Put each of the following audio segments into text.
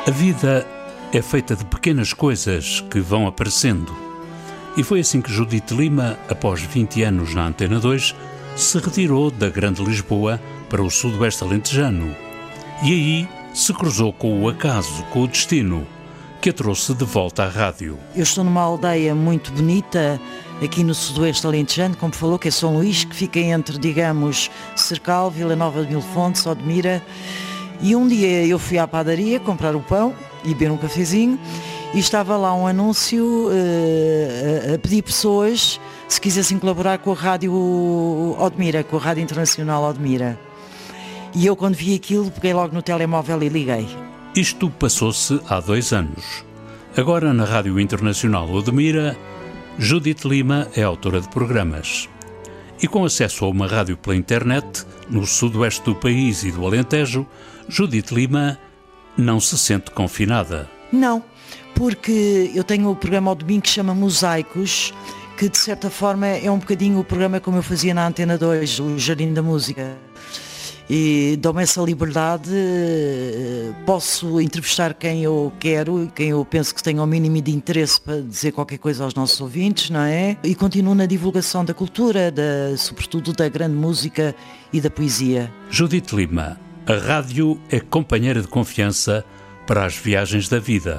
A vida é feita de pequenas coisas que vão aparecendo. E foi assim que Judite Lima, após 20 anos na Antena 2, se retirou da Grande Lisboa para o sudoeste alentejano. E aí se cruzou com o acaso, com o destino, que a trouxe de volta à rádio. Eu estou numa aldeia muito bonita, aqui no sudoeste alentejano, como falou, que é São Luís, que fica entre, digamos, Cercal, Vila Nova de Mil Fontes, Odmira. E um dia eu fui à padaria comprar o pão e beber um cafezinho e estava lá um anúncio a pedir pessoas se quisessem colaborar com a Rádio Odmira, com a Rádio Internacional Odmira. E eu, quando vi aquilo, peguei logo no telemóvel e liguei. Isto passou-se há 2 anos. Agora, na Rádio Internacional Odmira, Judite Lima é autora de programas. E com acesso a uma rádio pela internet, no sudoeste do país e do Alentejo, Judite Lima não se sente confinada. Não, porque eu tenho o programa ao domingo que se chama Mosaicos, que de certa forma é um bocadinho o programa como eu fazia na Antena 2, o Jardim da Música. E dou-me essa liberdade, posso entrevistar quem eu quero e quem eu penso que tenha o mínimo de interesse para dizer qualquer coisa aos nossos ouvintes, não é? E continuo na divulgação da cultura, sobretudo da grande música e da poesia. Judite Lima, a rádio é companheira de confiança para as viagens da vida.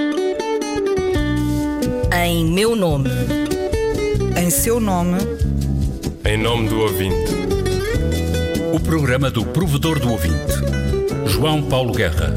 Em meu nome. Em seu nome. Em nome do ouvinte. O programa do provedor do ouvinte, João Paulo Guerra.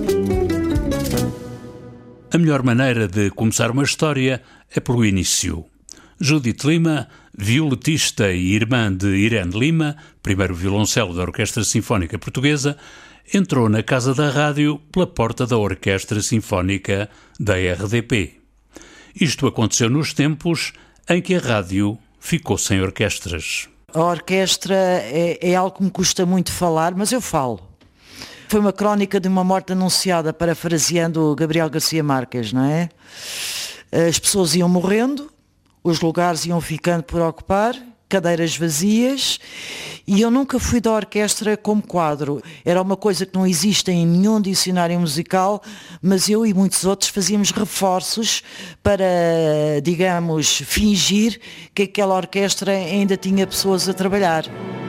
A melhor maneira de começar uma história é pelo início. Judite Lima, violetista e irmã de Irene Lima, primeiro violoncelo da Orquestra Sinfónica Portuguesa, entrou na Casa da Rádio pela porta da Orquestra Sinfónica da RDP. Isto aconteceu nos tempos em que a rádio ficou sem orquestras. A orquestra é algo que me custa muito falar, mas eu falo. Foi uma crónica de uma morte anunciada, parafraseando Gabriel Garcia Marques, não é? As pessoas iam morrendo, os lugares iam ficando por ocupar, cadeiras vazias, e eu nunca fui da orquestra como quadro. Era uma coisa que não existe em nenhum dicionário musical, mas eu e muitos outros fazíamos reforços para, digamos, fingir que aquela orquestra ainda tinha pessoas a trabalhar.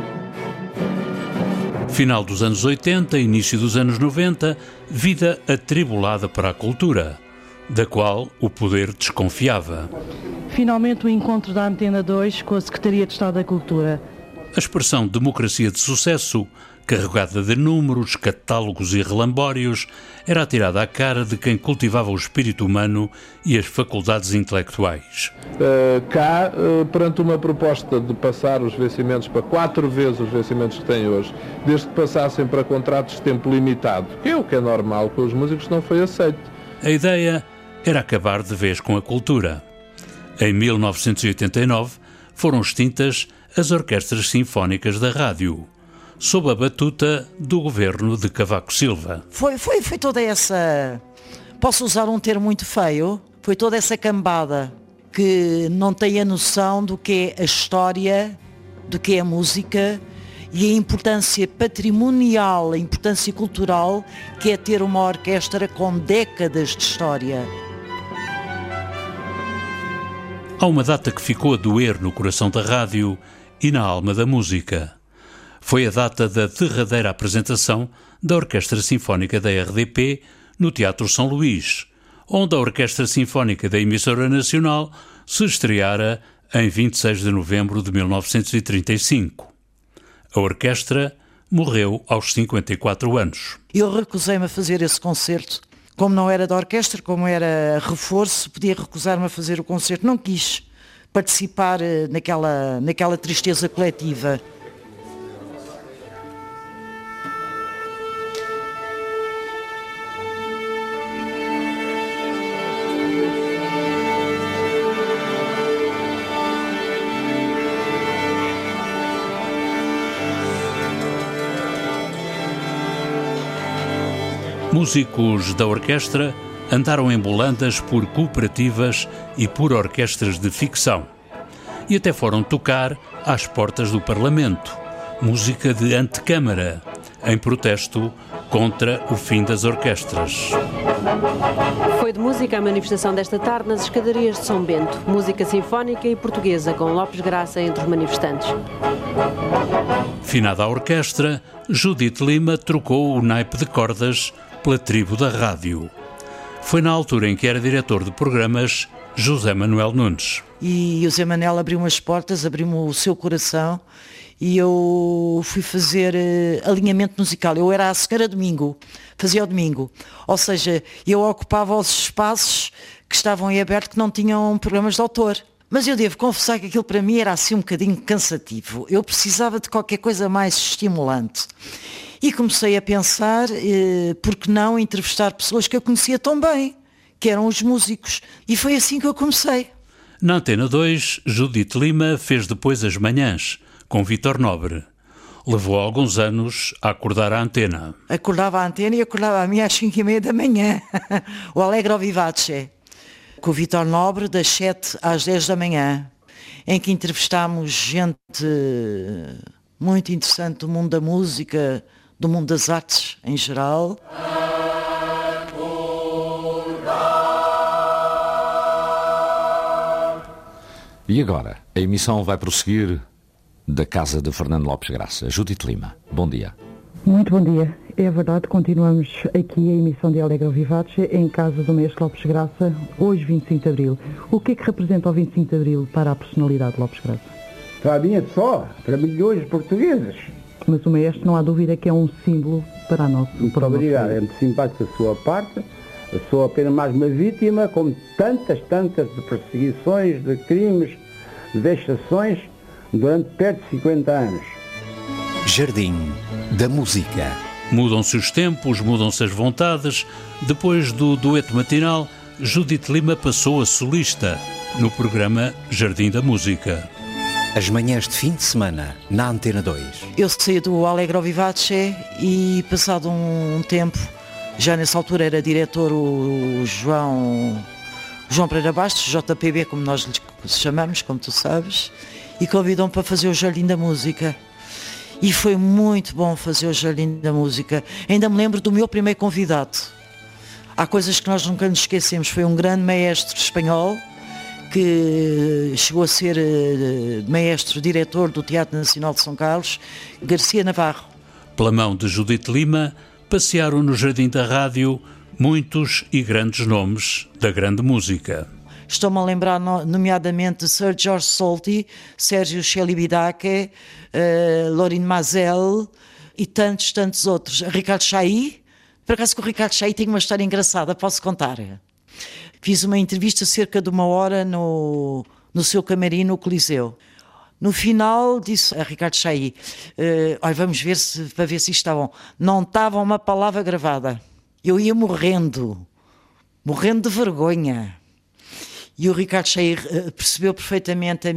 Final dos anos 80, início dos anos 90, vida atribulada para a cultura, da qual o poder desconfiava. Finalmente o encontro da Antena 2 com a Secretaria de Estado da Cultura. A expressão democracia de sucesso, carregada de números, catálogos e relambórios, era atirada à cara de quem cultivava o espírito humano e as faculdades intelectuais. Perante uma proposta de passar os vencimentos para 4 vezes os vencimentos que têm hoje, desde que passassem para contratos de tempo limitado, que é o que é normal com os músicos, não foi aceito. A ideia era acabar de vez com a cultura. Em 1989 foram extintas as orquestras sinfónicas da rádio, sob a batuta do governo de Cavaco Silva. Foi toda essa, posso usar um termo muito feio, foi toda essa cambada que não tem a noção do que é a história, do que é a música e a importância patrimonial, a importância cultural que é ter uma orquestra com décadas de história. Há uma data que ficou a doer no coração da rádio e na alma da música. Foi a data da derradeira apresentação da Orquestra Sinfónica da RDP no Teatro São Luís, onde a Orquestra Sinfónica da Emissora Nacional se estreara em 26 de novembro de 1935. A orquestra morreu aos 54 anos. Eu recusei-me a fazer esse concerto. Como não era da orquestra, como era reforço, podia recusar-me a fazer o concerto. Não quis participar naquela tristeza coletiva. Músicos da orquestra andaram em bolandas por cooperativas e por orquestras de ficção. E até foram tocar às portas do Parlamento, música de antecâmara, em protesto contra o fim das orquestras. Foi de música a manifestação desta tarde nas escadarias de São Bento. Música sinfónica e portuguesa, com Lopes Graça entre os manifestantes. Finada a orquestra, Judite Lima trocou o naipe de cordas pela tribo da rádio. Foi na altura em que era diretor de programas José Manuel Nunes. E o Zé Manel abriu-me as portas, abriu-me o seu coração e eu fui fazer alinhamento musical. Eu era a senhora domingo, fazia o domingo. Ou seja, eu ocupava os espaços que estavam em aberto que não tinham programas de autor. Mas eu devo confessar que aquilo para mim era assim um bocadinho cansativo. Eu precisava de qualquer coisa mais estimulante. E comecei a pensar, por que não entrevistar pessoas que eu conhecia tão bem, que eram os músicos. E foi assim que eu comecei. Na Antena 2, Judite Lima fez depois as manhãs, com Vítor Nobre. Levou alguns anos a acordar a antena. Acordava a antena e acordava a mim às 5h30 da manhã. O Allegro Vivace, com o Vítor Nobre, das 7 às 10 da manhã, em que entrevistámos gente muito interessante do mundo da música, do mundo das artes em geral. E agora, a emissão vai prosseguir da casa de Fernando Lopes Graça. Judite Lima, bom dia. Muito bom dia. É verdade, continuamos aqui a emissão de Allegro Vivace em casa do Mestre Lopes Graça, hoje 25 de Abril. O que é que representa o 25 de Abril para a personalidade de Lopes Graça? Para mim só, para milhões de portugueses. Mas o Maestro não há dúvida que é um símbolo para a nossa... Muito obrigado, é muito simpático da sua parte. Eu sou apenas mais uma vítima, como tantas de perseguições, de crimes, de vexações, durante perto de 50 anos. Jardim da Música. Mudam-se os tempos, mudam-se as vontades. Depois do dueto matinal, Judite Lima passou a solista no programa Jardim da Música. As manhãs de fim de semana, na Antena 2. Eu saí do Allegro Vivace e, passado um tempo, já nessa altura era diretor o João Pereira Bastos, JPB, como nós lhe chamamos, como tu sabes, e convidou-me para fazer o Jardim da Música. E foi muito bom fazer o Jardim da Música. Ainda me lembro do meu primeiro convidado. Há coisas que nós nunca nos esquecemos. Foi um grande maestro espanhol, que chegou a ser maestro-diretor do Teatro Nacional de São Carlos, Garcia Navarro. Pela mão de Judite Lima, passearam no Jardim da Rádio muitos e grandes nomes da grande música. Estou-me a lembrar nomeadamente de Sir George Solti, Sérgio Celibidache, Lorin Maazel e tantos outros. Ricardo Chailly, por acaso com o Ricardo Chailly tem uma história engraçada, posso contar? Fiz uma entrevista cerca de 1 hora no seu camarim no Coliseu. No final disse a Ricardo Chailly, vamos ver para ver se isto está bom. Não estava uma palavra gravada. Eu ia morrendo de vergonha. E o Ricardo Chailly percebeu perfeitamente a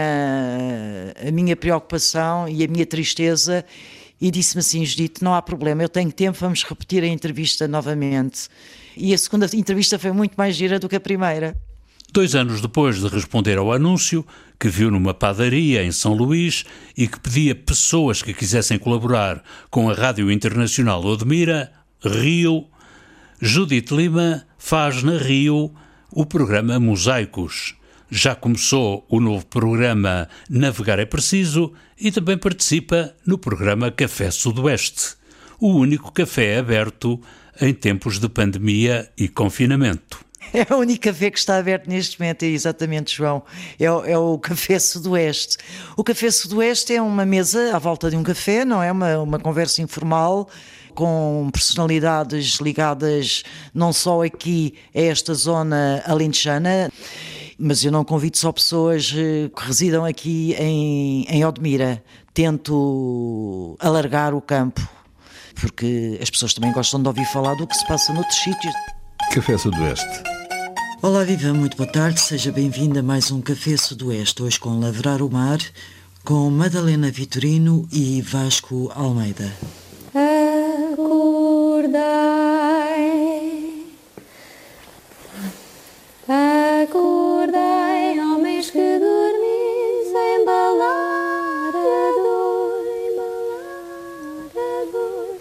minha preocupação e a minha tristeza e disse-me assim: Judite, não há problema, eu tenho tempo, vamos repetir a entrevista novamente. E a segunda entrevista foi muito mais gira do que a primeira. 2 anos depois de responder ao anúncio que viu numa padaria em São Luís e que pedia pessoas que quisessem colaborar com a Rádio Internacional Odmira, Rio, Judite Lima faz na Rio o programa Mosaicos. Já começou o novo programa Navegar é Preciso e também participa no programa Café Sudoeste, o único café aberto em tempos de pandemia e confinamento. É o único café que está aberto neste momento, é exatamente, João. É o Café Sudoeste. O Café Sudoeste é uma mesa à volta de um café, não é? Uma conversa informal com personalidades ligadas não só aqui a esta zona alentejana, mas eu não convido só pessoas que residam aqui em Odmira. Tento alargar o campo, porque as pessoas também gostam de ouvir falar do que se passa noutros sítios. Café Sudoeste. Olá, viva, muito boa tarde, seja bem-vindo a mais um Café Sudoeste, hoje com Lavrar o Mar, com Madalena Vitorino e Vasco Almeida. Acordai, homens que dormis, embalar a dor,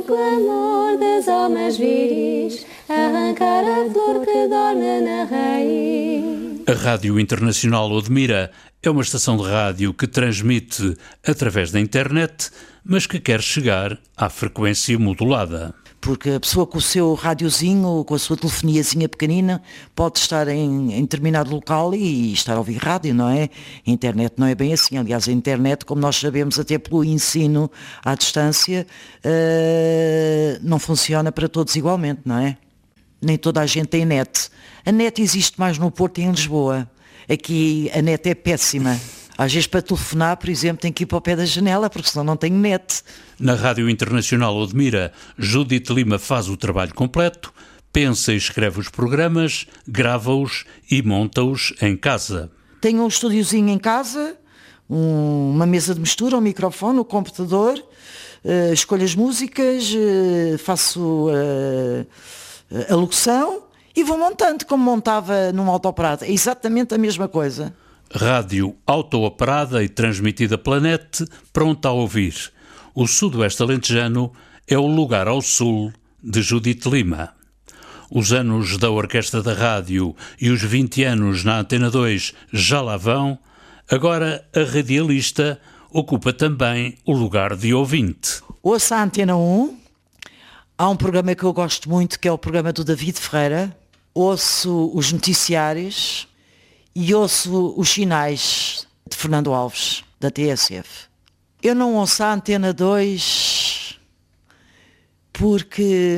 clamor das almas viris, arrancar a flor que dorme na raiz. A Rádio Internacional Odmira é uma estação de rádio que transmite através da internet, mas que quer chegar à frequência modulada. Porque a pessoa com o seu rádiozinho, com a sua telefoniazinha pequenina, pode estar em determinado local e estar a ouvir rádio, não é? A internet não é bem assim. Aliás, a internet, como nós sabemos até pelo ensino à distância, não funciona para todos igualmente, não é? Nem toda a gente tem net. A net existe mais no Porto e em Lisboa. Aqui a net é péssima. Às vezes para telefonar, por exemplo, tem que ir para o pé da janela, porque senão não tenho net. Na Rádio Internacional Odmira, Judite Lima faz o trabalho completo, pensa e escreve os programas, grava-os e monta-os em casa. Tenho um estúdiozinho em casa, uma mesa de mistura, um microfone, um computador, escolho as músicas, faço a locução e vou montando, como montava num autooperado. É exatamente a mesma coisa. Rádio auto-operada e transmitida pela net, pronta a ouvir. O Sudoeste Alentejano é o lugar ao sul de Judite Lima. Os anos da Orquestra da Rádio e os 20 anos na Antena 2 já lá vão. Agora a radialista ocupa também o lugar de ouvinte. Ouça a Antena 1. Há um programa que eu gosto muito, que é o programa do David Ferreira. Ouço os noticiários e ouço os sinais de Fernando Alves, da TSF. Eu não ouço a Antena 2 porque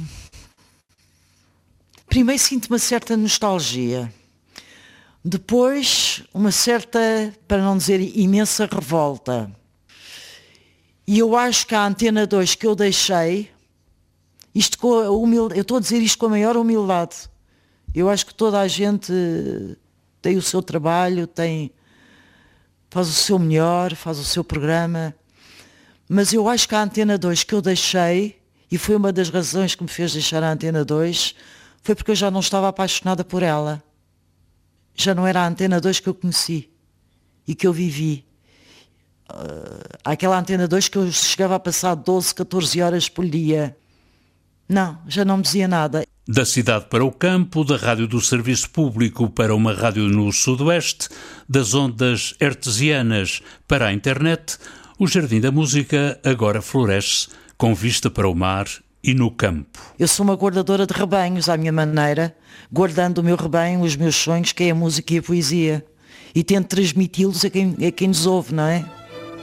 primeiro sinto uma certa nostalgia, depois uma certa, para não dizer imensa, revolta. E eu acho que a Antena 2 que eu deixei, isto com a humildade, eu estou a dizer isto com a maior humildade, eu acho que toda a gente tem o seu trabalho, faz o seu melhor, faz o seu programa, mas eu acho que a Antena 2 que eu deixei, e foi uma das razões que me fez deixar a Antena 2, foi porque eu já não estava apaixonada por ela. Já não era a Antena 2 que eu conheci e que eu vivi. Aquela Antena 2 que eu chegava a passar 12, 14 horas por dia. Não, já não me dizia nada. Da cidade para o campo, da rádio do serviço público para uma rádio no Sudoeste, das ondas hertzianas para a internet, o Jardim da Música agora floresce com vista para o mar e no campo. Eu sou uma guardadora de rebanhos à minha maneira, guardando o meu rebanho, os meus sonhos, que é a música e a poesia. E tento transmiti-los a quem nos ouve, não é?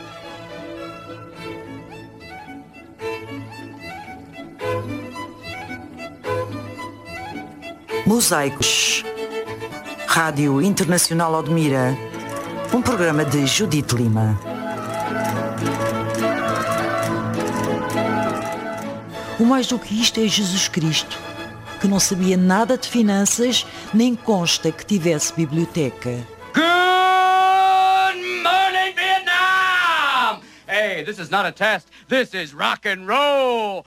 Mosaicos. Rádio Internacional Odmira. Um programa de Judite Lima. O mais do que isto é Jesus Cristo, que não sabia nada de finanças, nem consta que tivesse biblioteca. Good morning, Vietnam! Hey, this is not a test. This is rock and roll.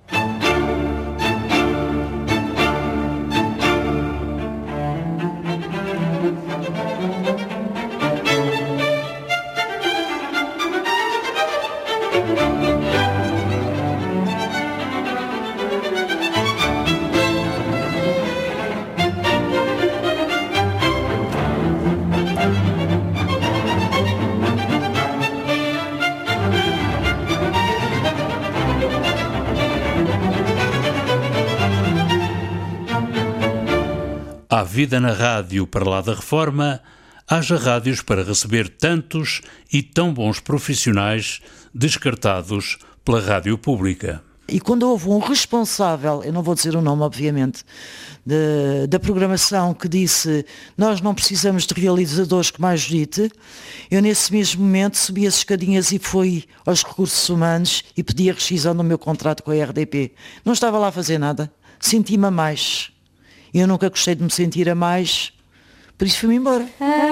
Há vida na rádio para lá da reforma, haja rádios para receber tantos e tão bons profissionais descartados pela rádio pública. E quando houve um responsável, eu não vou dizer o nome obviamente, da programação, que disse: nós não precisamos de realizadores como a Judite, eu nesse mesmo momento subi as escadinhas e fui aos recursos humanos e pedi a rescisão do meu contrato com a RDP. Não estava lá a fazer nada, senti-me a mais. Eu nunca gostei de me sentir a mais, por isso fui-me embora.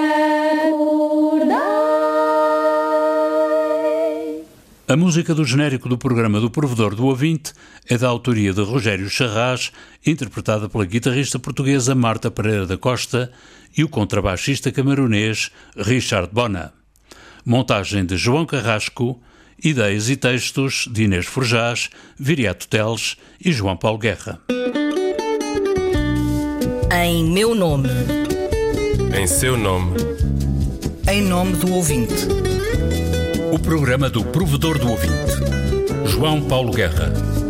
A música do genérico do programa do Provedor do Ouvinte é da autoria de Rogério Charras, interpretada pela guitarrista portuguesa Marta Pereira da Costa e o contrabaixista camerunês Richard Bona. Montagem de João Carrasco Ideias e textos de Inês Forjás, Viriato Teles e João Paulo Guerra. Em meu nome. Em seu nome. Em nome do ouvinte. O programa do provedor do ouvinte, João Paulo Guerra.